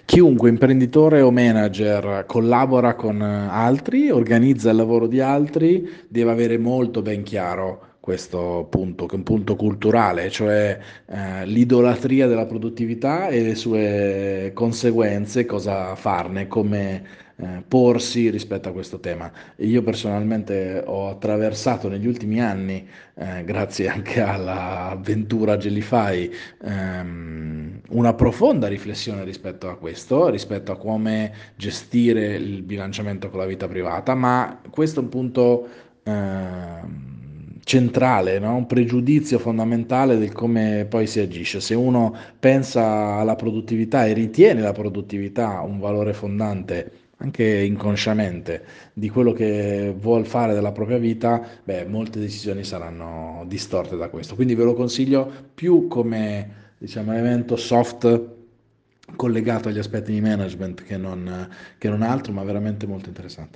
Chiunque imprenditore o manager collabora con altri, organizza il lavoro di altri, deve avere molto ben chiaro questo punto, che è un punto culturale, cioè l'idolatria della produttività e le sue conseguenze, cosa farne, come porsi rispetto a questo tema. Io personalmente ho attraversato negli ultimi anni, grazie anche all'avventura Gellify, una profonda riflessione rispetto a questo, rispetto a come gestire il bilanciamento con la vita privata, ma questo è un punto centrale, no? Un pregiudizio fondamentale del come poi si agisce. Se uno pensa alla produttività e ritiene la produttività un valore fondante, anche inconsciamente, di quello che vuol fare della propria vita, beh, molte decisioni saranno distorte da questo. Quindi ve lo consiglio più come, diciamo, elemento soft collegato agli aspetti di management che non altro, ma veramente molto interessante.